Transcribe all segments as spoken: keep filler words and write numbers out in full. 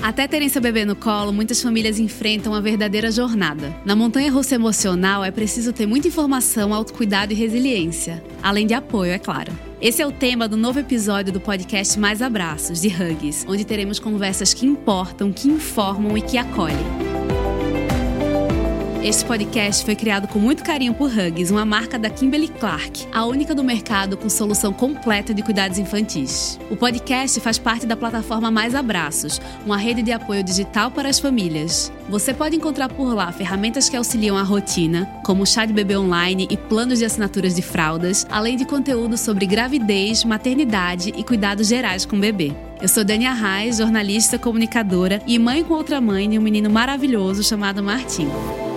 Até terem seu bebê no colo, muitas famílias enfrentam uma verdadeira jornada. Na montanha-russa emocional, é preciso ter muita informação, autocuidado e resiliência. Além de apoio, é claro. Esse é o tema do novo episódio do podcast Mais Abraços, de Hugs, onde teremos conversas que importam, que informam e que acolhem. Este podcast foi criado com muito carinho por Hugs, uma marca da Kimberly-Clark, a única do mercado com solução completa de cuidados infantis. O podcast faz parte da plataforma Mais Abraços, uma rede de apoio digital para as famílias. Você pode encontrar por lá ferramentas que auxiliam a rotina, como chá de bebê online e planos de assinaturas de fraldas, além de conteúdo sobre gravidez, maternidade e cuidados gerais com o bebê. Eu sou Dani Arraes, jornalista, comunicadora e mãe com outra mãe de um menino maravilhoso chamado Martim.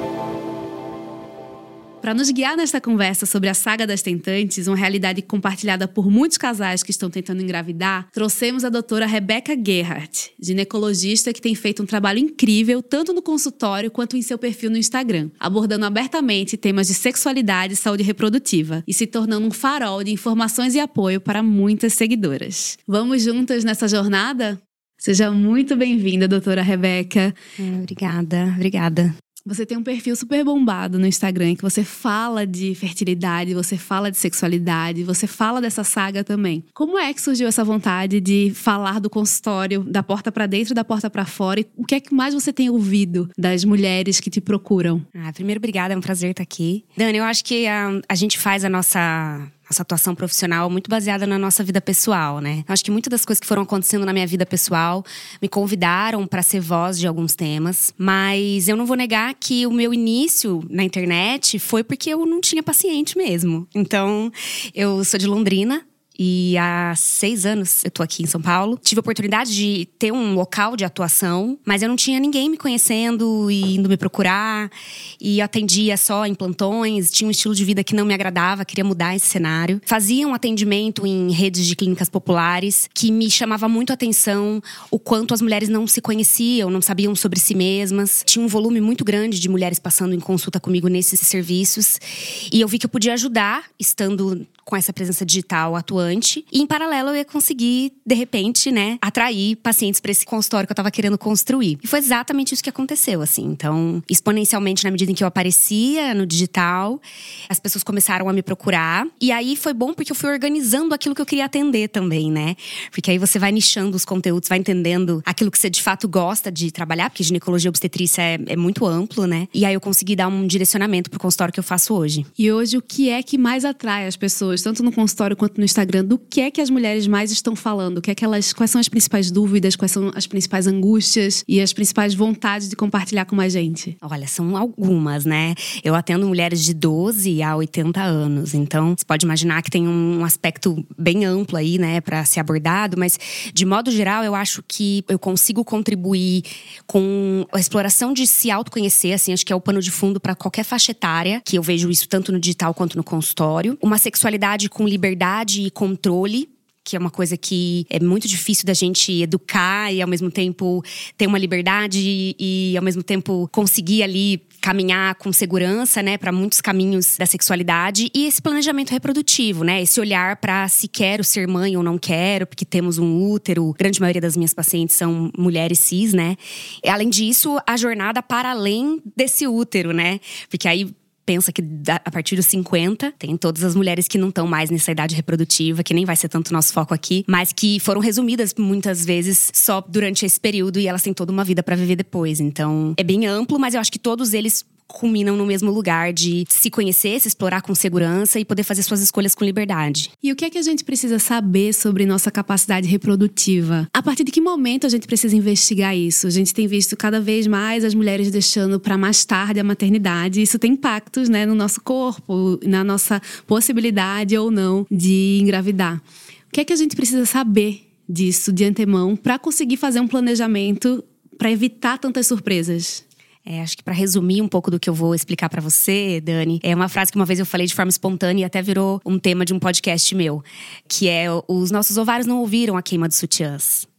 Para nos guiar nesta conversa sobre a saga das tentantes, uma realidade compartilhada por muitos casais que estão tentando engravidar, trouxemos a doutora Rebeca Gerhardt, ginecologista que tem feito um trabalho incrível tanto no consultório quanto em seu perfil no Instagram, abordando abertamente temas de sexualidade e saúde reprodutiva e se tornando um farol de informações e apoio para muitas seguidoras. Vamos juntas nessa jornada? Seja muito bem-vinda, doutora Rebeca. Obrigada, obrigada. Você tem um perfil super bombado no Instagram, que você fala de fertilidade, você fala de sexualidade, você fala dessa saga também. Como é que surgiu essa vontade de falar do consultório, da porta pra dentro e da porta pra fora? E o que é que mais você tem ouvido das mulheres que te procuram? Ah, primeiro, obrigada, é um prazer estar aqui. Dani, eu acho que a, a gente faz a nossa... Essa atuação profissional muito baseada na nossa vida pessoal, né? Eu acho que muitas das coisas que foram acontecendo na minha vida pessoal me convidaram para ser voz de alguns temas. Mas eu não vou negar que o meu início na internet foi porque eu não tinha paciente mesmo. Então, eu sou de Londrina. E há seis anos eu tô aqui em São Paulo. Tive a oportunidade de ter um local de atuação, mas eu não tinha ninguém me conhecendo e indo me procurar. E eu atendia só em plantões, tinha um estilo de vida que não me agradava, queria mudar esse cenário. Fazia um atendimento em redes de clínicas populares que me chamava muito a atenção o quanto as mulheres não se conheciam, não sabiam sobre si mesmas. Tinha um volume muito grande de mulheres passando em consulta comigo nesses serviços. E eu vi que eu podia ajudar, estando com essa presença digital atuante. E em paralelo eu ia conseguir, de repente, né, atrair pacientes para esse consultório que eu tava querendo construir. E foi exatamente isso que aconteceu, assim. Então, exponencialmente, na medida em que eu aparecia no digital, as pessoas começaram a me procurar. E aí foi bom porque eu fui organizando aquilo que eu queria atender também, né? Porque aí você vai nichando os conteúdos, vai entendendo aquilo que você de fato gosta de trabalhar, porque ginecologia e obstetrícia é, é muito amplo, né? E aí eu consegui dar um direcionamento pro consultório que eu faço hoje. E hoje, o que é que mais atrai as pessoas, tanto no consultório quanto no Instagram? Do que é que as mulheres mais estão falando? O que é que elas, quais são as principais dúvidas? Quais são as principais angústias? E as principais vontades de compartilhar com mais gente? Olha, são algumas, né? Eu atendo mulheres de doze a oitenta anos. Então, você pode imaginar que tem um aspecto bem amplo aí, né? Pra ser abordado. Mas, de modo geral, eu acho que eu consigo contribuir com a exploração de se autoconhecer. Assim, acho que é o pano de fundo pra qualquer faixa etária. Que eu vejo isso tanto no digital quanto no consultório. Uma sexualidade com liberdade e controle, que é uma coisa que é muito difícil da gente educar e ao mesmo tempo ter uma liberdade e, e ao mesmo tempo conseguir ali caminhar com segurança, né, para muitos caminhos da sexualidade. E esse planejamento reprodutivo, né, esse olhar para se quero ser mãe ou não quero, porque temos um útero. A grande maioria das minhas pacientes são mulheres cis, né. E, além disso, a jornada para além desse útero, né, porque aí pensa que a partir dos cinquenta, tem todas as mulheres que não estão mais nessa idade reprodutiva, que nem vai ser tanto nosso foco aqui, mas que foram resumidas muitas vezes só durante esse período e elas têm toda uma vida para viver depois. Então, é bem amplo, mas eu acho que todos eles culminam no mesmo lugar de se conhecer, se explorar com segurança e poder fazer suas escolhas com liberdade. E o que é que a gente precisa saber sobre nossa capacidade reprodutiva? A partir de que momento a gente precisa investigar isso? A gente tem visto cada vez mais as mulheres deixando para mais tarde a maternidade. Isso tem impactos, né, no nosso corpo, na nossa possibilidade ou não de engravidar. O que é que a gente precisa saber disso de antemão para conseguir fazer um planejamento para evitar tantas surpresas? É, acho que para resumir um pouco do que eu vou explicar para você, Dani, é uma frase que uma vez eu falei de forma espontânea e até virou um tema de um podcast meu, que é: os nossos ovários não ouviram a queima dos sutiãs.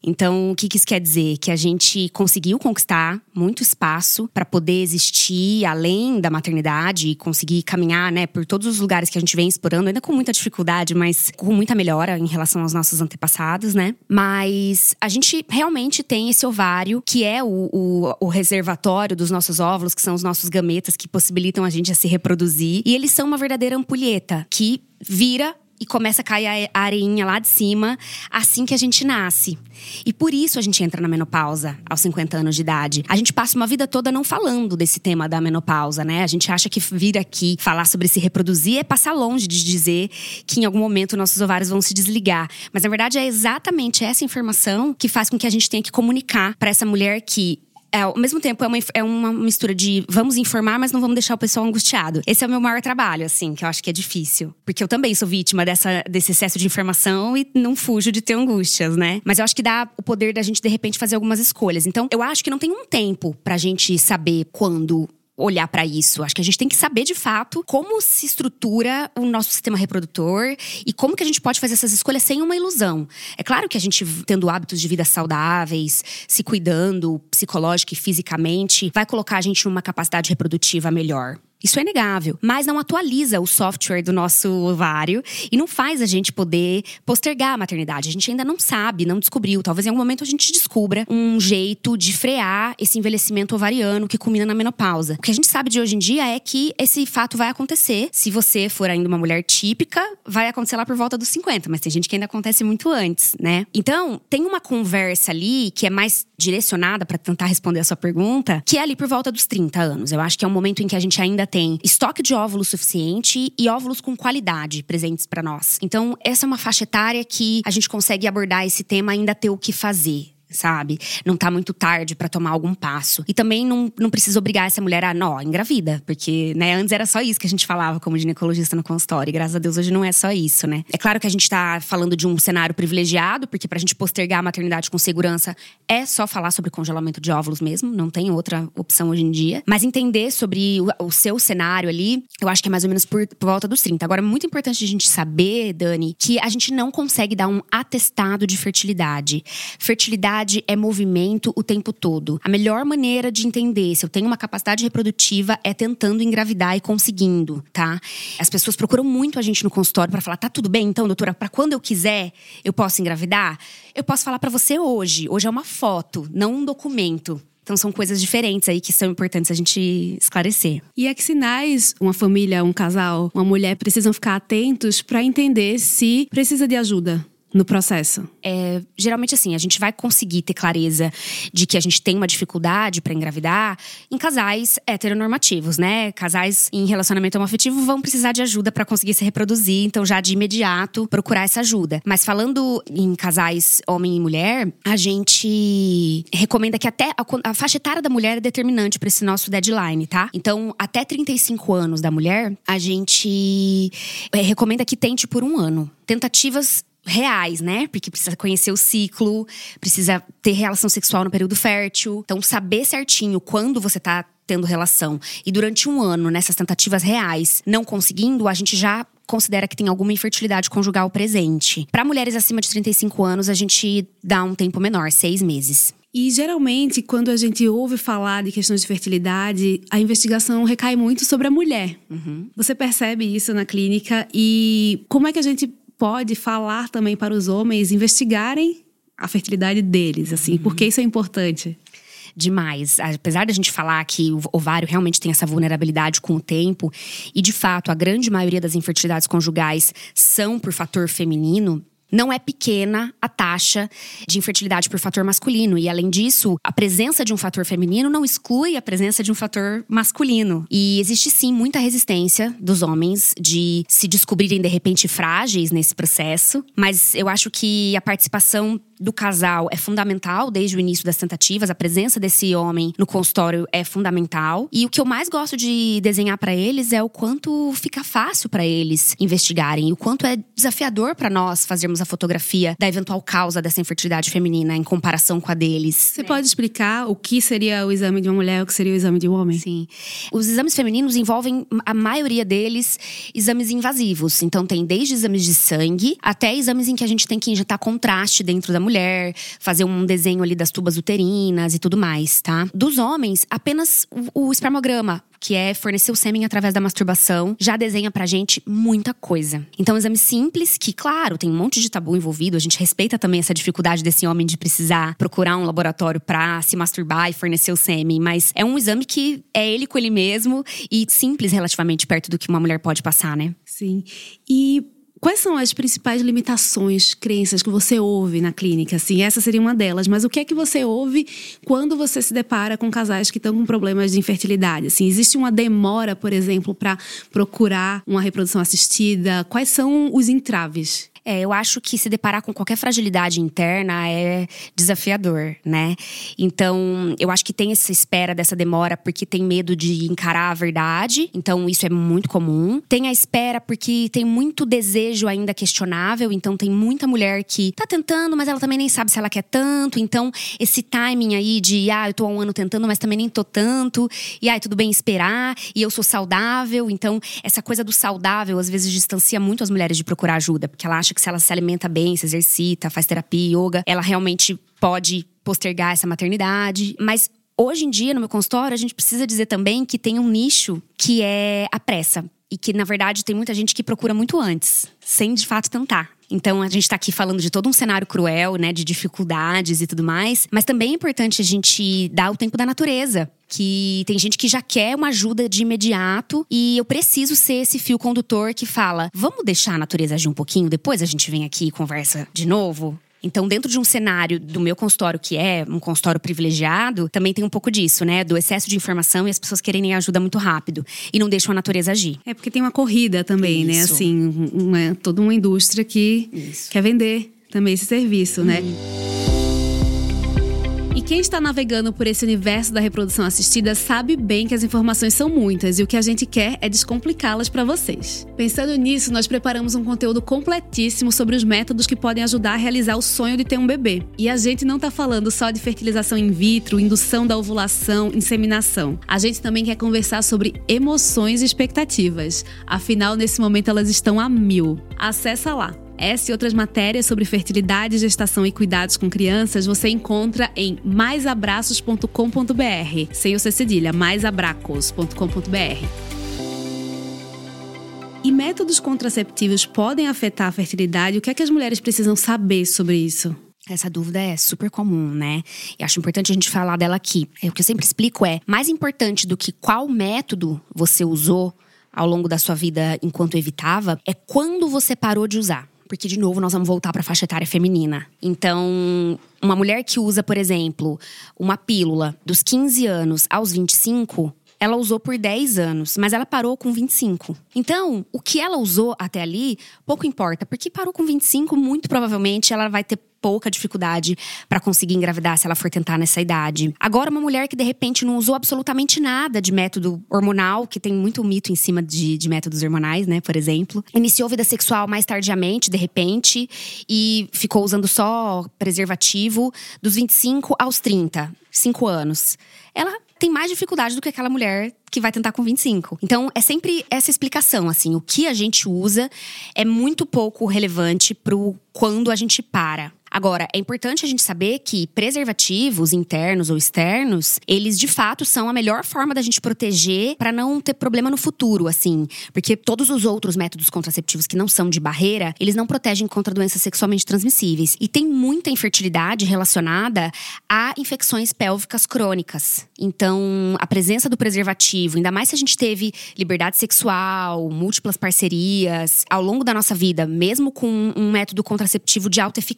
Então, o que, que isso quer dizer? Que a gente conseguiu conquistar muito espaço para poder existir além da maternidade e conseguir caminhar, né, por todos os lugares que a gente vem explorando, ainda com muita dificuldade, mas com muita melhora em relação aos nossos antepassados, né? Mas a gente realmente tem esse ovário, que é o, o, o reservatório dos nossos óvulos, que são os nossos gametas que possibilitam a gente a se reproduzir. E eles são uma verdadeira ampulheta que vira e começa a cair a areinha lá de cima assim que a gente nasce. E por isso a gente entra na menopausa aos cinquenta anos de idade. A gente passa uma vida toda não falando desse tema da menopausa, né? A gente acha que vir aqui falar sobre se reproduzir é passar longe de dizer que em algum momento nossos ovários vão se desligar. Mas na verdade é exatamente essa informação que faz com que a gente tenha que comunicar para essa mulher que… É, ao mesmo tempo, é uma, é uma mistura de vamos informar, mas não vamos deixar o pessoal angustiado. Esse é o meu maior trabalho, assim, que eu acho que é difícil. Porque eu também sou vítima dessa, desse excesso de informação e não fujo de ter angústias, né? Mas eu acho que dá o poder da gente, de repente, fazer algumas escolhas. Então, eu acho que não tem um tempo pra gente saber quando olhar pra isso. Acho que a gente tem que saber, de fato, como se estrutura o nosso sistema reprodutor e como que a gente pode fazer essas escolhas sem uma ilusão. É claro que a gente, tendo hábitos de vida saudáveis, se cuidando psicológica e fisicamente, vai colocar a gente numa capacidade reprodutiva melhor. Isso é inegável, mas não atualiza o software do nosso ovário e não faz a gente poder postergar a maternidade. A gente ainda não sabe, não descobriu. Talvez em algum momento a gente descubra um jeito de frear esse envelhecimento ovariano que culmina na menopausa. O que a gente sabe de hoje em dia é que esse fato vai acontecer. Se você for ainda uma mulher típica, vai acontecer lá por volta dos cinquenta, mas tem gente que ainda acontece muito antes, né? Então, tem uma conversa ali que é mais direcionada para tentar responder a sua pergunta, que é ali por volta dos trinta anos. Eu acho que é um momento em que a gente ainda tem estoque de óvulos suficiente e óvulos com qualidade presentes para nós. Então, essa é uma faixa etária que a gente consegue abordar esse tema e ainda ter o que fazer, sabe? Não tá muito tarde pra tomar algum passo. E também não, não precisa obrigar essa mulher a, não, engravida. Porque, né, antes era só isso que a gente falava como ginecologista no consultório. E graças a Deus hoje não é só isso, né? É claro que a gente tá falando de um cenário privilegiado, porque pra gente postergar a maternidade com segurança é só falar sobre congelamento de óvulos mesmo. Não tem outra opção hoje em dia. Mas entender sobre o, o seu cenário ali, eu acho que é mais ou menos por, por volta dos trinta. Agora, é muito importante a gente saber, Dani, que a gente não consegue dar um atestado de fertilidade. Fertilidade é movimento o tempo todo. A melhor maneira de entender se eu tenho uma capacidade reprodutiva é tentando engravidar e conseguindo, tá? As pessoas procuram muito a gente no consultório pra falar, tá tudo bem então, doutora? Pra quando eu quiser, eu posso engravidar? Eu posso falar pra você hoje. Hoje é uma foto, não um documento. Então são coisas diferentes aí que são importantes a gente esclarecer. E a que sinais uma família, um casal, uma mulher precisam ficar atentos pra entender se precisa de ajuda no processo? É, geralmente assim, a gente vai conseguir ter clareza de que a gente tem uma dificuldade pra engravidar em casais heteronormativos, né? Casais em relacionamento homoafetivo vão precisar de ajuda pra conseguir se reproduzir, então já de imediato procurar essa ajuda. Mas falando em casais homem e mulher, a gente recomenda que até a, a faixa etária da mulher é determinante pra esse nosso deadline, tá? Então, até trinta e cinco anos da mulher, a gente é, recomenda que tente por um ano. Tentativas reais, né? Porque precisa conhecer o ciclo, precisa ter relação sexual no período fértil. Então, saber certinho quando você tá tendo relação. E durante um ano, nessas tentativas reais, não conseguindo, a gente já considera que tem alguma infertilidade conjugal presente. Para mulheres acima de trinta e cinco anos, a gente dá um tempo menor, seis meses. E geralmente, quando a gente ouve falar de questões de fertilidade, a investigação recai muito sobre a mulher. Uhum. Você percebe isso na clínica? E como é que a gente pode falar também para os homens investigarem a fertilidade deles, assim? Uhum. Porque isso é importante. Demais. Apesar da gente falar que o ovário realmente tem essa vulnerabilidade com o tempo, e de fato a grande maioria das infertilidades conjugais são por fator feminino, não é pequena a taxa de infertilidade por fator masculino. E além disso, a presença de um fator feminino não exclui a presença de um fator masculino. E existe sim muita resistência dos homens de se descobrirem de repente frágeis nesse processo. Mas eu acho que a participação do casal é fundamental desde o início das tentativas. A presença desse homem no consultório é fundamental. E o que eu mais gosto de desenhar para eles é o quanto fica fácil para eles investigarem. E o quanto é desafiador para nós fazermos a fotografia da eventual causa dessa infertilidade feminina em comparação com a deles. Você né? pode explicar o que seria o exame de uma mulher e o que seria o exame de um homem? Sim. Os exames femininos envolvem, a maioria deles, exames invasivos. Então tem desde exames de sangue até exames em que a gente tem que injetar contraste dentro da mulher, fazer um desenho ali das tubas uterinas e tudo mais, tá? Dos homens, apenas o, o espermograma, que é fornecer o sêmen através da masturbação, já desenha pra gente muita coisa. Então, um exame simples, que, claro, tem um monte de tabu envolvido. A gente respeita também essa dificuldade desse homem de precisar procurar um laboratório pra se masturbar e fornecer o sêmen. Mas é um exame que é ele com ele mesmo e simples relativamente, perto do que uma mulher pode passar, né? Sim. E quais são as principais limitações, crenças que você ouve na clínica? Assim, essa seria uma delas. Mas o que é que você ouve quando você se depara com casais que estão com problemas de infertilidade? Assim, existe uma demora, por exemplo, para procurar uma reprodução assistida? Quais são os entraves? É, eu acho que se deparar com qualquer fragilidade interna é desafiador, né? Então, eu acho que tem essa espera dessa demora porque tem medo de encarar a verdade. Então, isso é muito comum. Tem a espera porque tem muito desejo ainda questionável. Então, tem muita mulher que tá tentando, mas ela também nem sabe se ela quer tanto. Então, esse timing aí de, ah, eu tô há um ano tentando, mas também nem tô tanto. E, ah, tudo bem esperar. E eu sou saudável. Então, essa coisa do saudável, às vezes, distancia muito as mulheres de procurar ajuda. Porque ela acha que se ela se alimenta bem, se exercita, faz terapia, yoga, ela realmente pode postergar essa maternidade. Mas hoje em dia, no meu consultório, a gente precisa dizer também que tem um nicho que é a pressa. E que, na verdade, tem muita gente que procura muito antes, sem de fato tentar. Então, a gente tá aqui falando de todo um cenário cruel, né? De dificuldades e tudo mais. Mas também é importante a gente dar o tempo da natureza. Que tem gente que já quer uma ajuda de imediato. E eu preciso ser esse fio condutor que fala, vamos deixar a natureza agir um pouquinho? Depois a gente vem aqui e conversa de novo? Então, dentro de um cenário do meu consultório, que é um consultório privilegiado, também tem um pouco disso, né? Do excesso de informação e as pessoas quererem ajuda muito rápido. E não deixam a natureza agir. É porque tem uma corrida também, Isso. né? Assim, uma, toda uma indústria que Isso. quer vender também esse serviço, hum. né? E quem está navegando por esse universo da reprodução assistida sabe bem que as informações são muitas e o que a gente quer é descomplicá-las para vocês. Pensando nisso, nós preparamos um conteúdo completíssimo sobre os métodos que podem ajudar a realizar o sonho de ter um bebê. E a gente não está falando só de fertilização in vitro, indução da ovulação, inseminação. A gente também quer conversar sobre emoções e expectativas. Afinal, nesse momento elas estão a mil. Acessa lá! Essa e outras matérias sobre fertilidade, gestação e cuidados com crianças você encontra em mais abraços ponto com ponto b r, sem o C cedilha, mais abracos ponto com ponto b r. E métodos contraceptivos podem afetar a fertilidade? O que é que as mulheres precisam saber sobre isso? Essa dúvida é super comum, né? E acho importante a gente falar dela aqui. O que eu sempre explico é, mais importante do que qual método você usou ao longo da sua vida enquanto evitava, é quando você parou de usar. Porque, de novo, nós vamos voltar para a faixa etária feminina. Então, uma mulher que usa, por exemplo, uma pílula dos quinze anos aos vinte e cinco, ela usou por dez anos, mas ela parou com vinte e cinco. Então, o que ela usou até ali, pouco importa. Porque parou com vinte e cinco, muito provavelmente ela vai ter pouca dificuldade para conseguir engravidar se ela for tentar nessa idade. Agora, uma mulher que de repente não usou absolutamente nada de método hormonal, que tem muito mito em cima de, de métodos hormonais, né, por exemplo. Iniciou vida sexual mais tardiamente, de repente, e ficou usando só preservativo dos vinte e cinco aos trinta, cinco anos. Ela tem mais dificuldade do que aquela mulher que vai tentar com vinte e cinco. Então, é sempre essa explicação, assim. O que a gente usa é muito pouco relevante pro quando a gente para. Agora, é importante a gente saber que preservativos internos ou externos, eles de fato são a melhor forma da gente proteger para não ter problema no futuro, assim. Porque todos os outros métodos contraceptivos que não são de barreira, eles não protegem contra doenças sexualmente transmissíveis. E tem muita infertilidade relacionada a infecções pélvicas crônicas. Então, a presença do preservativo, ainda mais se a gente teve liberdade sexual, múltiplas parcerias ao longo da nossa vida, mesmo com um método contraceptivo de alta eficácia, que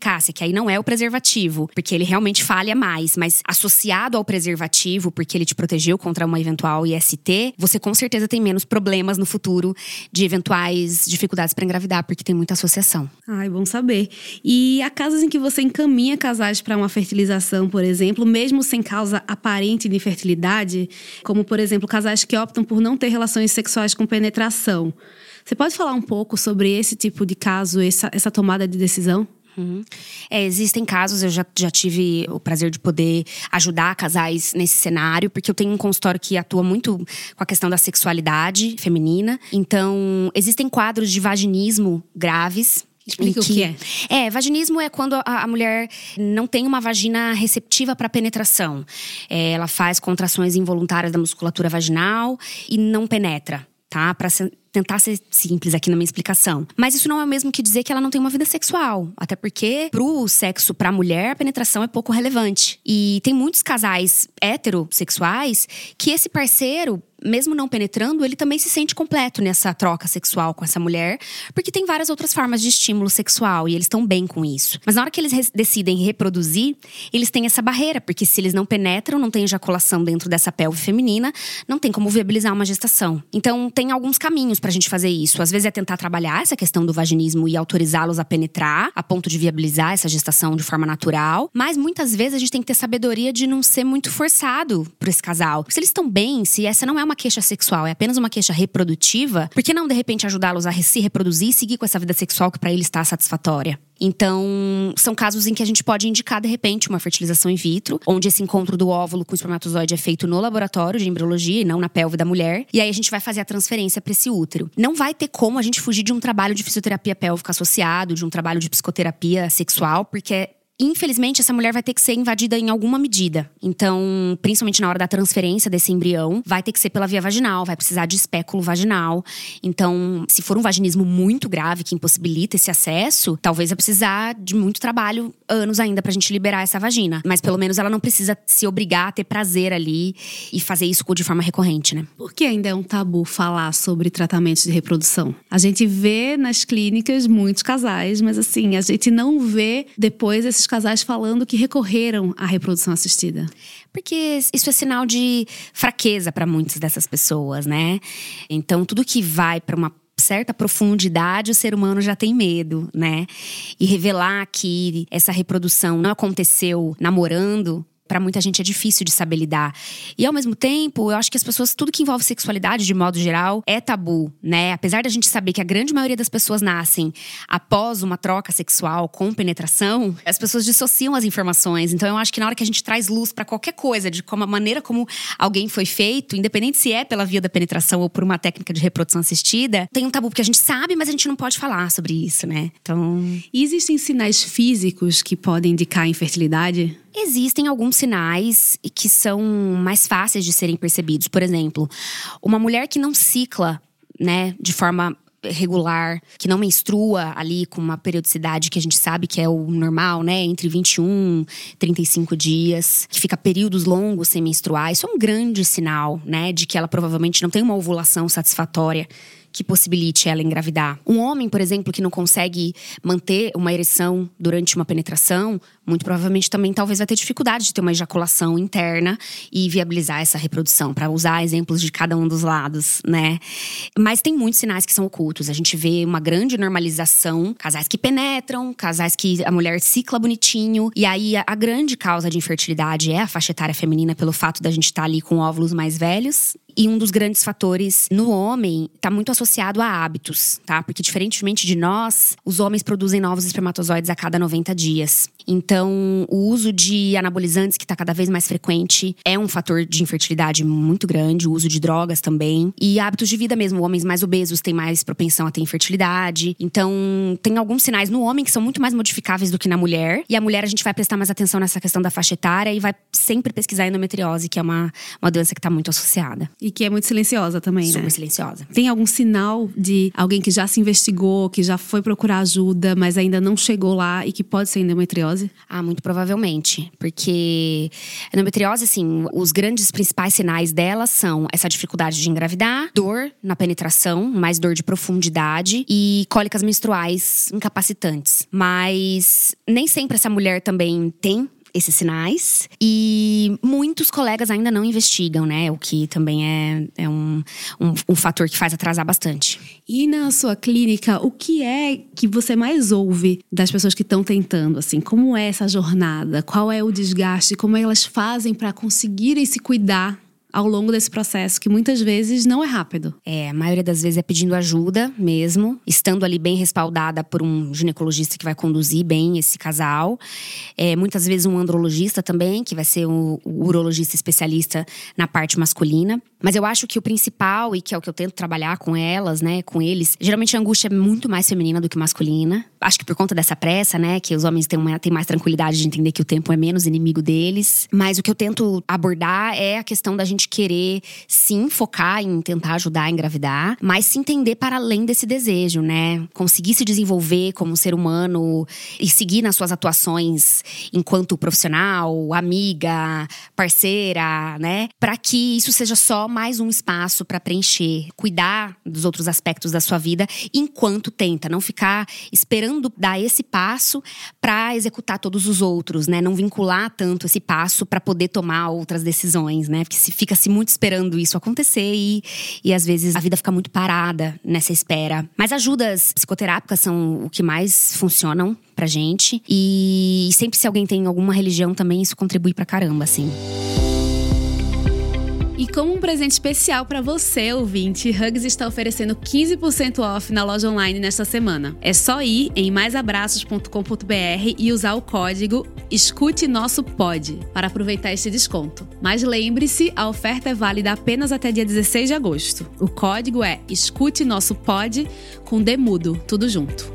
que aí não é o preservativo, porque ele realmente falha mais, mas associado ao preservativo, porque ele te protegeu contra uma eventual I S T, você com certeza tem menos problemas no futuro de eventuais dificuldades para engravidar, porque tem muita associação. Ai, bom saber. E há casos em que você encaminha casais para uma fertilização, por exemplo, mesmo sem causa aparente de infertilidade, como, por exemplo, casais que optam por não ter relações sexuais com penetração. Você pode falar um pouco sobre esse tipo de caso, essa, essa tomada de decisão? Uhum. É, existem casos, eu já, já tive o prazer de poder ajudar casais nesse cenário, porque eu tenho um consultório que atua muito com a questão da sexualidade feminina. Então, existem quadros de vaginismo graves. Explica o que é. É, vaginismo é quando a, a mulher não tem uma vagina receptiva para penetração. É, ela faz contrações involuntárias da musculatura vaginal e não penetra, tá? Para tentar ser simples aqui na minha explicação. Mas isso não é o mesmo que dizer que ela não tem uma vida sexual. Até porque, pro sexo, pra mulher, a penetração é pouco relevante. E tem muitos casais heterossexuais que esse parceiro, mesmo não penetrando, ele também se sente completo nessa troca sexual com essa mulher, porque tem várias outras formas de estímulo sexual e eles estão bem com isso. Mas na hora que eles re- decidem reproduzir, eles têm essa barreira, porque se eles não penetram, não tem ejaculação dentro dessa pelve feminina, não tem como viabilizar uma gestação. Então, tem alguns caminhos pra gente fazer isso. Às vezes é tentar trabalhar essa questão do vaginismo e autorizá-los a penetrar, a ponto de viabilizar essa gestação de forma natural. Mas muitas vezes a gente tem que ter sabedoria de não ser muito forçado por esse casal. Porque se eles estão bem, se essa não é uma queixa sexual, é apenas uma queixa reprodutiva, por que não, de repente, ajudá-los a se reproduzir e seguir com essa vida sexual que pra eles está satisfatória? Então, são casos em que a gente pode indicar, de repente, uma fertilização in vitro, onde esse encontro do óvulo com o espermatozoide é feito no laboratório de embriologia e não na pelve da mulher. E aí a gente vai fazer a transferência para esse útero. Não vai ter como a gente fugir de um trabalho de fisioterapia pélvica associado, de um trabalho de psicoterapia sexual, porque infelizmente, essa mulher vai ter que ser invadida em alguma medida. Então, principalmente na hora da transferência desse embrião, vai ter que ser pela via vaginal, vai precisar de espéculo vaginal. Então, se for um vaginismo muito grave que impossibilita esse acesso, talvez vai precisar de muito trabalho, anos ainda, pra gente liberar essa vagina. Mas pelo menos ela não precisa se obrigar a ter prazer ali e fazer isso de forma recorrente, né? Por que ainda é um tabu falar sobre tratamentos de reprodução? A gente vê nas clínicas muitos casais, mas assim, a gente não vê depois esses casais falando que recorreram à reprodução assistida. Porque isso é sinal de fraqueza para muitas dessas pessoas, né? Então, tudo que vai para uma certa profundidade, o ser humano já tem medo, né? E revelar que essa reprodução não aconteceu namorando, pra muita gente é difícil de saber lidar. E ao mesmo tempo, eu acho que as pessoas, tudo que envolve sexualidade, de modo geral, é tabu, né? Apesar da gente saber que a grande maioria das pessoas nascem após uma troca sexual com penetração, as pessoas dissociam as informações. Então eu acho que na hora que a gente traz luz pra qualquer coisa, de como a maneira como alguém foi feito, independente se é pela via da penetração ou por uma técnica de reprodução assistida, tem um tabu, porque a gente sabe, mas a gente não pode falar sobre isso, né? Então… E existem sinais físicos que podem indicar infertilidade? Existem alguns sinais que são mais fáceis de serem percebidos. Por exemplo, uma mulher que não cicla, né, de forma regular, que não menstrua ali com uma periodicidade que a gente sabe que é o normal, né, entre vinte e um e trinta e cinco dias, que fica períodos longos sem menstruar. Isso é um grande sinal, né, de que ela provavelmente não tem uma ovulação satisfatória que possibilite ela engravidar. Um homem, por exemplo, que não consegue manter uma ereção durante uma penetração, muito provavelmente também talvez vai ter dificuldade de ter uma ejaculação interna e viabilizar essa reprodução, para usar exemplos de cada um dos lados, né? Mas tem muitos sinais que são ocultos. A gente vê uma grande normalização, casais que penetram, casais que a mulher cicla bonitinho. E aí a, a grande causa de infertilidade é a faixa etária feminina, pelo fato da gente estar ali com óvulos mais velhos. E um dos grandes fatores no homem está muito associado a hábitos, tá? Porque diferentemente de nós, os homens produzem novos espermatozoides a cada noventa dias. Então, o uso de anabolizantes, que está cada vez mais frequente, é um fator de infertilidade muito grande. O uso de drogas também. E hábitos de vida mesmo. Homens mais obesos têm mais propensão a ter infertilidade. Então, tem alguns sinais no homem que são muito mais modificáveis do que na mulher. E a mulher, a gente vai prestar mais atenção nessa questão da faixa etária e vai sempre pesquisar a endometriose, que é uma, uma doença que está muito associada. E que é muito silenciosa também, Super né? silenciosa. Tem algum sinal de alguém que já se investigou, que já foi procurar ajuda, mas ainda não chegou lá e que pode ser endometriose? Ah, muito provavelmente. Porque a endometriose, assim, os grandes principais sinais dela são essa dificuldade de engravidar, dor na penetração, mais dor de profundidade e cólicas menstruais incapacitantes. Mas nem sempre essa mulher também tem esses sinais. E muitos colegas ainda não investigam, né? O que também é, é um, um, um fator que faz atrasar bastante. E na sua clínica, o que é que você mais ouve das pessoas que estão tentando, assim? Como é essa jornada? Qual é o desgaste? Como elas fazem para conseguirem se cuidar ao longo desse processo, que muitas vezes não é rápido? É, a maioria das vezes é pedindo ajuda mesmo, estando ali bem respaldada por um ginecologista que vai conduzir bem esse casal. É, muitas vezes um andrologista também, que vai ser o, o urologista especialista na parte masculina. Mas eu acho que o principal, e que é o que eu tento trabalhar com elas, né, com eles, geralmente a angústia é muito mais feminina do que masculina. Acho que por conta dessa pressa, né, que os homens têm, uma, têm mais tranquilidade de entender que o tempo é menos inimigo deles. Mas o que eu tento abordar é a questão da gente querer, sim, focar em tentar ajudar a engravidar, mas se entender para além desse desejo, né? Conseguir se desenvolver como ser humano e seguir nas suas atuações enquanto profissional, amiga, parceira, né? Para que isso seja só mais um espaço para preencher, cuidar dos outros aspectos da sua vida enquanto tenta, não ficar esperando dar esse passo para executar todos os outros, né? Não vincular tanto esse passo para poder tomar outras decisões, né? Porque se fica se muito esperando isso acontecer e, e às vezes a vida fica muito parada nessa espera. Mas ajudas psicoterápicas são o que mais funcionam pra gente. E sempre se alguém tem alguma religião também, isso contribui pra caramba, assim. E como um presente especial para você, ouvinte, Hugs está oferecendo quinze por cento off na loja online nesta semana. É só ir em mais abraços ponto com ponto b r e usar o código Escute Nosso Pod para aproveitar este desconto. Mas lembre-se, a oferta é válida apenas até dia dezesseis de agosto. O código é Escute Nosso Pod com D mudo, tudo junto.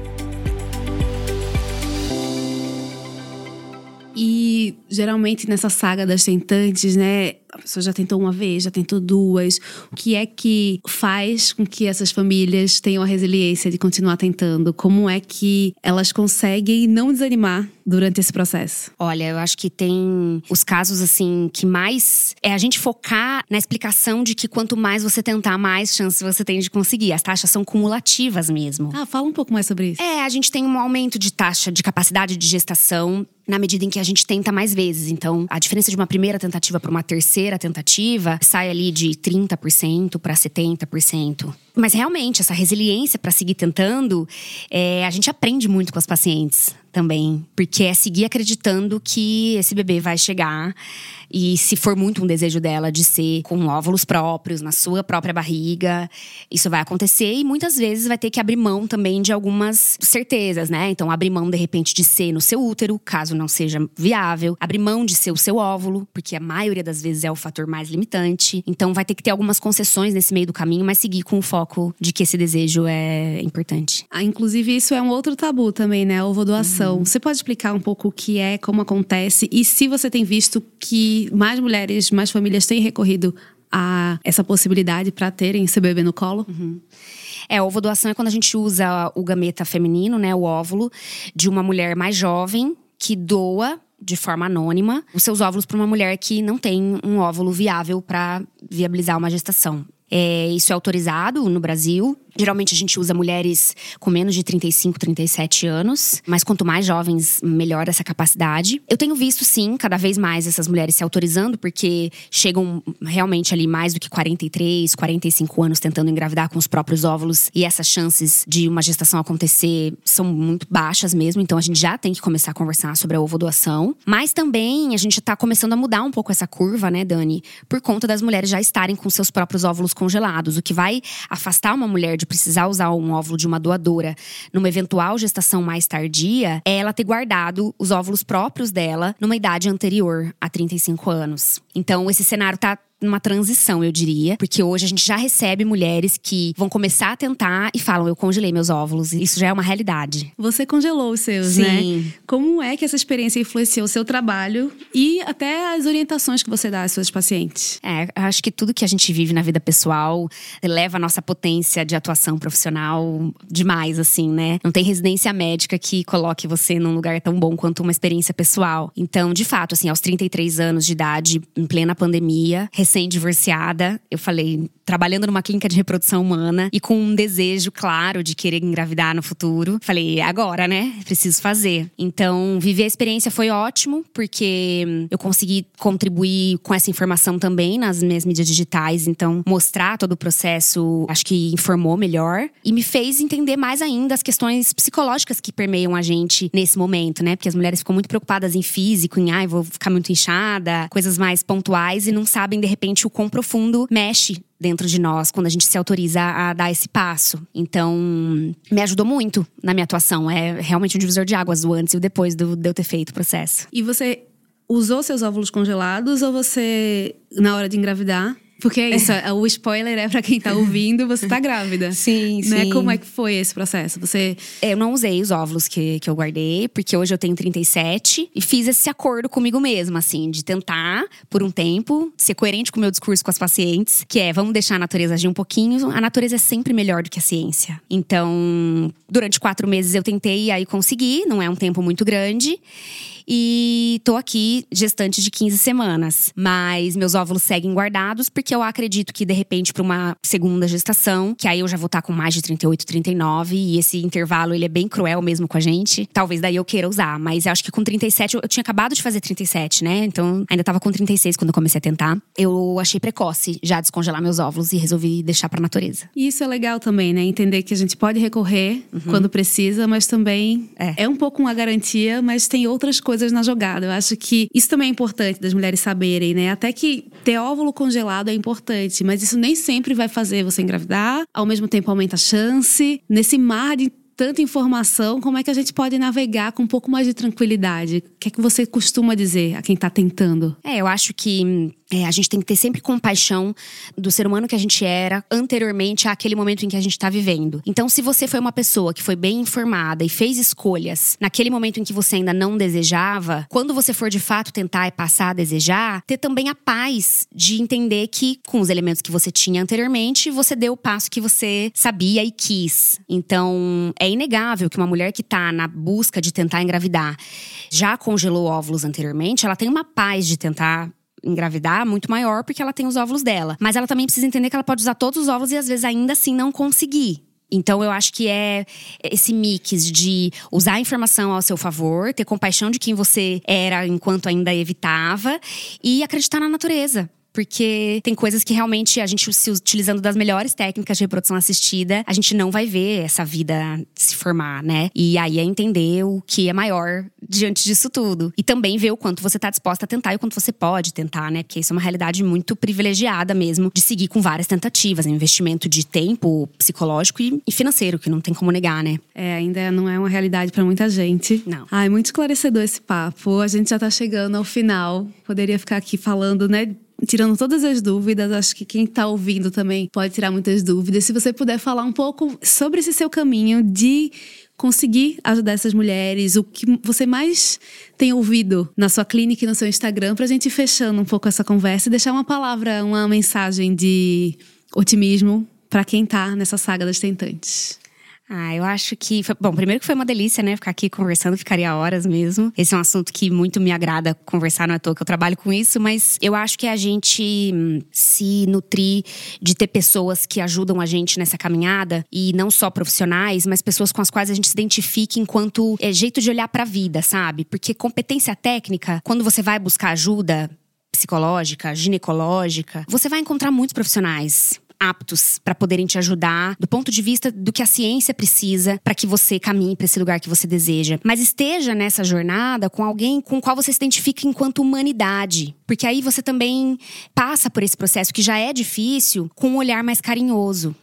E geralmente nessa saga das tentantes, né, a pessoa já tentou uma vez, já tentou duas. O que é que faz com que essas famílias tenham a resiliência de continuar tentando? Como é que elas conseguem não desanimar durante esse processo? Olha, eu acho que tem os casos, assim, que mais… É a gente focar na explicação de que quanto mais você tentar, mais chance você tem de conseguir. As taxas são cumulativas mesmo. Ah, fala um pouco mais sobre isso. É, a gente tem um aumento de taxa de capacidade de gestação na medida em que a gente tenta mais vezes. Então, a diferença de uma primeira tentativa para uma terceira tentativa sai ali de trinta por cento para setenta por cento. Mas realmente, essa resiliência para seguir tentando, é, a gente aprende muito com as pacientes também. Porque é seguir acreditando que esse bebê vai chegar. E se for muito um desejo dela de ser com óvulos próprios, na sua própria barriga, isso vai acontecer. E muitas vezes vai ter que abrir mão também de algumas certezas, né? Então, abrir mão, de repente, de ser no seu útero, caso não seja viável. Abrir mão de ser o seu óvulo, porque a maioria das vezes é o fator mais limitante. Então, vai ter que ter algumas concessões nesse meio do caminho, mas seguir com o foco de que esse desejo é importante. Ah, inclusive, isso é um outro tabu também, né? A ovodoação. Uhum. Você pode explicar um pouco o que é, como acontece e se você tem visto que mais mulheres, mais famílias têm recorrido a essa possibilidade para terem esse bebê no colo? Uhum. É, a ovodoação é quando a gente usa o gameta feminino, né? O óvulo de uma mulher mais jovem que doa de forma anônima os seus óvulos para uma mulher que não tem um óvulo viável para viabilizar uma gestação. É, isso é autorizado no Brasil. Geralmente a gente usa mulheres com menos de trinta e cinco, trinta e sete anos. Mas quanto mais jovens, melhor essa capacidade. Eu tenho visto, sim, cada vez mais essas mulheres se autorizando. Porque chegam realmente ali mais do que quarenta e três, quarenta e cinco anos tentando engravidar com os próprios óvulos. E essas chances de uma gestação acontecer são muito baixas mesmo. Então a gente já tem que começar a conversar sobre a ovodoação. Mas também a gente tá começando a mudar um pouco essa curva, né, Dani? Por conta das mulheres já estarem com seus próprios óvulos congelados. O que vai afastar uma mulher de precisar usar um óvulo de uma doadora numa eventual gestação mais tardia é ela ter guardado os óvulos próprios dela numa idade anterior a trinta e cinco anos. Então esse cenário tá numa transição, eu diria. Porque hoje a gente já recebe mulheres que vão começar a tentar e falam, eu congelei meus óvulos. Isso já é uma realidade. Você congelou os seus, Sim. né? Como é que essa experiência influenciou o seu trabalho e até as orientações que você dá às suas pacientes? É, eu acho que tudo que a gente vive na vida pessoal eleva a nossa potência de atuação profissional demais, assim, né? Não tem residência médica que coloque você num lugar tão bom quanto uma experiência pessoal. Então, de fato, assim, aos trinta e três anos de idade, em plena pandemia, recém-divorciada, eu falei, trabalhando numa clínica de reprodução humana e com um desejo claro de querer engravidar no futuro. Falei, agora, né? Preciso fazer. Então, viver a experiência foi ótimo, porque eu consegui contribuir com essa informação também nas minhas mídias digitais. Então, mostrar todo o processo, acho que informou melhor. E me fez entender mais ainda as questões psicológicas que permeiam a gente nesse momento, né? Porque as mulheres ficam muito preocupadas em físico, em ai, vou ficar muito inchada, coisas mais pontuais e não sabem, de repente, o quão profundo mexe dentro de nós, quando a gente se autoriza a dar esse passo. Então, me ajudou muito na minha atuação. É realmente um divisor de águas, o antes e o depois do, de eu ter feito o processo. E você usou seus óvulos congelados ou você, na hora de engravidar? Porque é isso, o spoiler é pra quem tá ouvindo, você tá grávida. Sim, né? sim. Como é que foi esse processo? Você… Eu não usei os óvulos que, que eu guardei, porque hoje eu tenho trinta e sete. E fiz esse acordo comigo mesma, assim, de tentar, por um tempo, ser coerente com o meu discurso com as pacientes. Que é, vamos deixar a natureza agir um pouquinho. A natureza é sempre melhor do que a ciência. Então, durante quatro meses eu tentei e aí consegui. Não é um tempo muito grande. E tô aqui gestante de quinze semanas. Mas meus óvulos seguem guardados, porque eu acredito que, de repente, para uma segunda gestação, que aí eu já vou estar com mais de trinta e oito, trinta e nove, e esse intervalo, ele é bem cruel mesmo com a gente. Talvez daí eu queira usar, mas eu acho que com trinta e sete, eu tinha acabado de fazer trinta e sete, né? Então, ainda tava com trinta e seis quando eu comecei a tentar. Eu achei precoce já descongelar meus óvulos e resolvi deixar pra natureza. E isso é legal também, né? Entender que a gente pode recorrer uhum. quando precisa, mas também é. é um pouco uma garantia, mas tem outras coisas na jogada. Eu acho que isso também é importante das mulheres saberem, né? Até que ter óvulo congelado é importante, mas isso nem sempre vai fazer você engravidar. Ao mesmo tempo aumenta a chance. Nesse mar de tanta informação, como é que a gente pode navegar com um pouco mais de tranquilidade? O que é que você costuma dizer a quem tá tentando? É, eu acho que é, a gente tem que ter sempre compaixão do ser humano que a gente era anteriormente àquele momento em que a gente tá vivendo. Então, se você foi uma pessoa que foi bem informada e fez escolhas naquele momento em que você ainda não desejava, quando você for de fato tentar e passar a desejar, ter também a paz de entender que, com os elementos que você tinha anteriormente, você deu o passo que você sabia e quis. Então, é inegável que uma mulher que tá na busca de tentar engravidar, já congelou óvulos anteriormente, ela tem uma paz de tentar engravidar muito maior, porque ela tem os óvulos dela. Mas ela também precisa entender que ela pode usar todos os óvulos e às vezes ainda assim não conseguir. Então eu acho que é esse mix de usar a informação ao seu favor, ter compaixão de quem você era enquanto ainda evitava e acreditar na natureza. Porque tem coisas que realmente a gente, se utilizando das melhores técnicas de reprodução assistida, a gente não vai ver essa vida se formar, né? E aí é entender o que é maior diante disso tudo. E também ver o quanto você tá disposta a tentar e o quanto você pode tentar, né? Porque isso é uma realidade muito privilegiada mesmo, de seguir com várias tentativas. É um investimento de tempo psicológico e financeiro, que não tem como negar, né? É, ainda não é uma realidade pra muita gente. Não. Ai, muito esclarecedor esse papo. A gente já tá chegando ao final. Poderia ficar aqui falando, né? Tirando todas as dúvidas, acho que quem está ouvindo também pode tirar muitas dúvidas. Se você puder falar um pouco sobre esse seu caminho de conseguir ajudar essas mulheres, o que você mais tem ouvido na sua clínica e no seu Instagram, pra gente ir fechando um pouco essa conversa e deixar uma palavra, uma mensagem de otimismo para quem tá nessa saga das tentantes. Ah, eu acho que… Foi, bom, primeiro que foi uma delícia, né? Ficar aqui conversando, ficaria horas mesmo. Esse é um assunto que muito me agrada conversar, não é à toa que eu trabalho com isso. Mas eu acho que a gente hum, se nutrir de ter pessoas que ajudam a gente nessa caminhada. E não só profissionais, mas pessoas com as quais a gente se identifique enquanto é, jeito de olhar pra vida, sabe? Porque competência técnica, quando você vai buscar ajuda psicológica, ginecológica, você vai encontrar muitos profissionais aptos para poderem te ajudar do ponto de vista do que a ciência precisa para que você caminhe para esse lugar que você deseja. Mas esteja nessa jornada com alguém com o qual você se identifica enquanto humanidade. Porque aí você também passa por esse processo que já é difícil com um olhar mais carinhoso.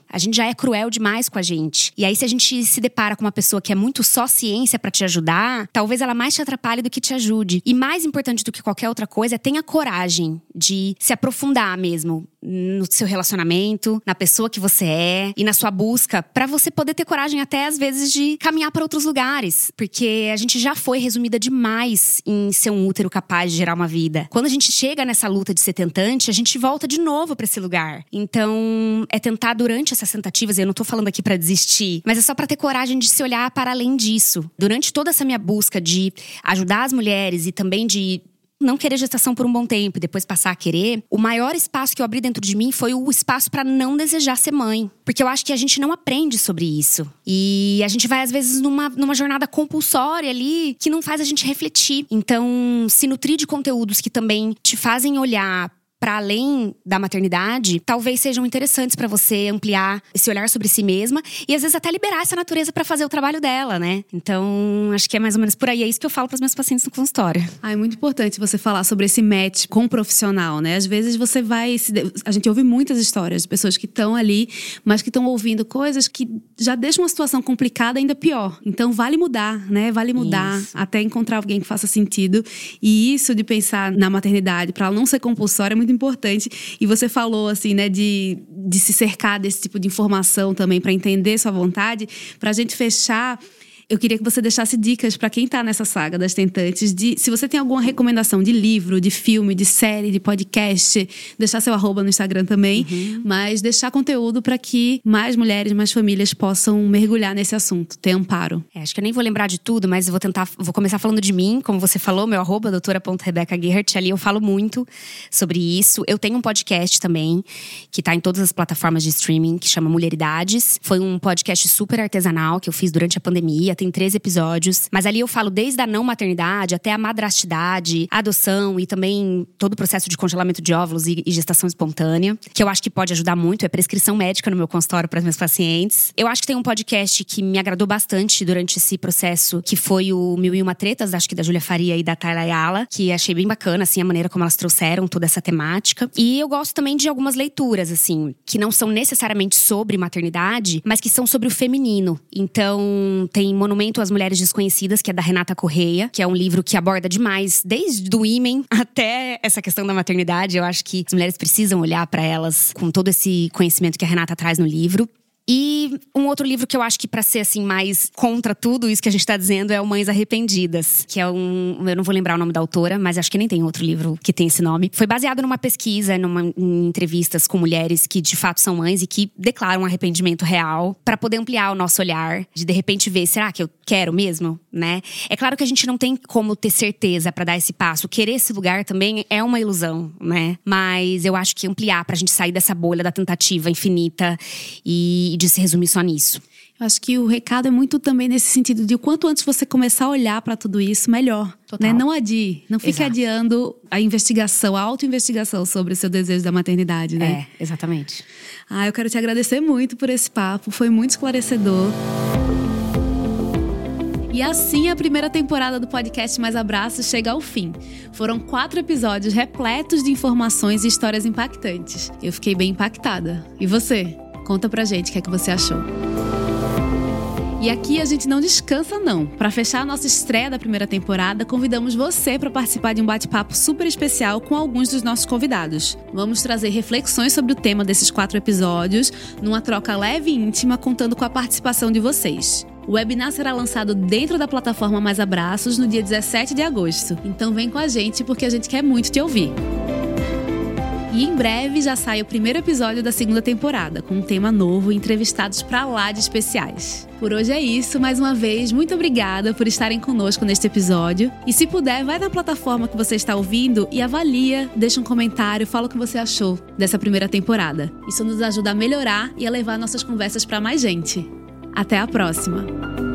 A gente já é cruel demais com a gente. E aí, se a gente se depara com uma pessoa que é muito só ciência pra te ajudar, talvez ela mais te atrapalhe do que te ajude. E mais importante do que qualquer outra coisa é tenha coragem de se aprofundar mesmo no seu relacionamento, na pessoa que você é e na sua busca, pra você poder ter coragem até às vezes de caminhar para outros lugares, porque a gente já foi resumida demais em ser um útero capaz de gerar uma vida. Quando a gente chega nessa luta de ser tentante, a gente volta de novo pra esse lugar. Então, é tentar durante essas tentativas, e eu não tô falando aqui pra desistir, mas é só pra ter coragem de se olhar para além disso. Durante toda essa minha busca de ajudar as mulheres e também de não querer gestação por um bom tempo e depois passar a querer, o maior espaço que eu abri dentro de mim foi o espaço pra não desejar ser mãe. Porque eu acho que a gente não aprende sobre isso. E a gente vai, às vezes, numa, numa jornada compulsória ali que não faz a gente refletir. Então, se nutrir de conteúdos que também te fazem olhar para além da maternidade, talvez sejam interessantes para você ampliar esse olhar sobre si mesma e às vezes até liberar essa natureza para fazer o trabalho dela, né? Então, acho que é mais ou menos por aí. É isso que eu falo para os meus pacientes no consultório. Ah, é muito importante você falar sobre esse match com o profissional, né? Às vezes você vai… A gente ouve muitas histórias de pessoas que estão ali, mas que estão ouvindo coisas que já deixam uma situação complicada ainda pior. Então, vale mudar, né? Vale mudar isso, até encontrar alguém que faça sentido. E isso de pensar na maternidade, para ela não ser compulsória, é muito importante. E você falou, assim, né, de, de se cercar desse tipo de informação também para entender sua vontade. Pra gente fechar, eu queria que você deixasse dicas para quem tá nessa saga das tentantes, de se você tem alguma recomendação de livro, de filme, de série, de podcast, deixar seu arroba no Instagram também, uhum. mas deixar conteúdo para que mais mulheres, mais famílias possam mergulhar nesse assunto, ter amparo. É, acho que eu nem vou lembrar de tudo, mas eu vou tentar, vou começar falando de mim, como você falou, meu arroba, doutora ponto rebeca guerhert, ali eu falo muito sobre isso. Eu tenho um podcast também, que tá em todas as plataformas de streaming, que chama Mulheridades. Foi um podcast super artesanal que eu fiz durante a pandemia. Tem treze episódios, mas ali eu falo desde a não maternidade até a madrastidade, a adoção e também todo o processo de congelamento de óvulos e, e gestação espontânea, que eu acho que pode ajudar muito, é prescrição médica no meu consultório para os meus pacientes. Eu acho que tem um podcast que me agradou bastante durante esse processo, que foi o Mil e Uma Tretas, acho que da Júlia Faria e da Tayla Ayala, que achei bem bacana, assim, a maneira como elas trouxeram toda essa temática. E eu gosto também de algumas leituras, assim, que não são necessariamente sobre maternidade, mas que são sobre o feminino. Então, tem Monumento às Mulheres Desconhecidas, que é da Renata Correia, que é um livro que aborda demais, desde o ímen até essa questão da maternidade. Eu acho que as mulheres precisam olhar para elas com todo esse conhecimento que a Renata traz no livro. E um outro livro que eu acho que pra ser assim mais contra tudo isso que a gente tá dizendo é o Mães Arrependidas, que é um… eu não vou lembrar o nome da autora, mas acho que nem tem outro livro que tem esse nome. Foi baseado numa pesquisa, numa, em entrevistas com mulheres que de fato são mães e que declaram um arrependimento real, pra poder ampliar o nosso olhar, de de repente ver, será que eu quero mesmo, né? É claro que a gente não tem como ter certeza pra dar esse passo. Querer esse lugar também é uma ilusão, né? Mas eu acho que ampliar pra gente sair dessa bolha da tentativa infinita e de se resumir só nisso. Eu acho que o recado é muito também nesse sentido de o quanto antes você começar a olhar para tudo isso, melhor. Né? Não adie, não fique Exato. adiando a investigação, a auto-investigação sobre o seu desejo da maternidade, né? É, exatamente. Ah, eu quero te agradecer muito por esse papo, foi muito esclarecedor. E assim a primeira temporada do podcast Mais Abraços chega ao fim. Foram quatro episódios repletos de informações e histórias impactantes. Eu fiquei bem impactada. E você? Conta pra gente o que é que você achou. E aqui a gente não descansa não. Para fechar a nossa estreia da primeira temporada, convidamos você para participar de um bate-papo super especial com alguns dos nossos convidados. Vamos trazer reflexões sobre o tema desses quatro episódios, numa troca leve e íntima, contando com a participação de vocês. O webinar será lançado dentro da plataforma Mais Abraços no dia dezessete de agosto. Então vem com a gente porque a gente quer muito te ouvir. E em breve já sai o primeiro episódio da segunda temporada, com um tema novo e entrevistados pra lá de especiais. Por hoje é isso, mais uma vez, muito obrigada por estarem conosco neste episódio. E se puder, vai na plataforma que você está ouvindo e avalia, deixa um comentário, fala o que você achou dessa primeira temporada. Isso nos ajuda a melhorar e a levar nossas conversas pra mais gente. Até a próxima!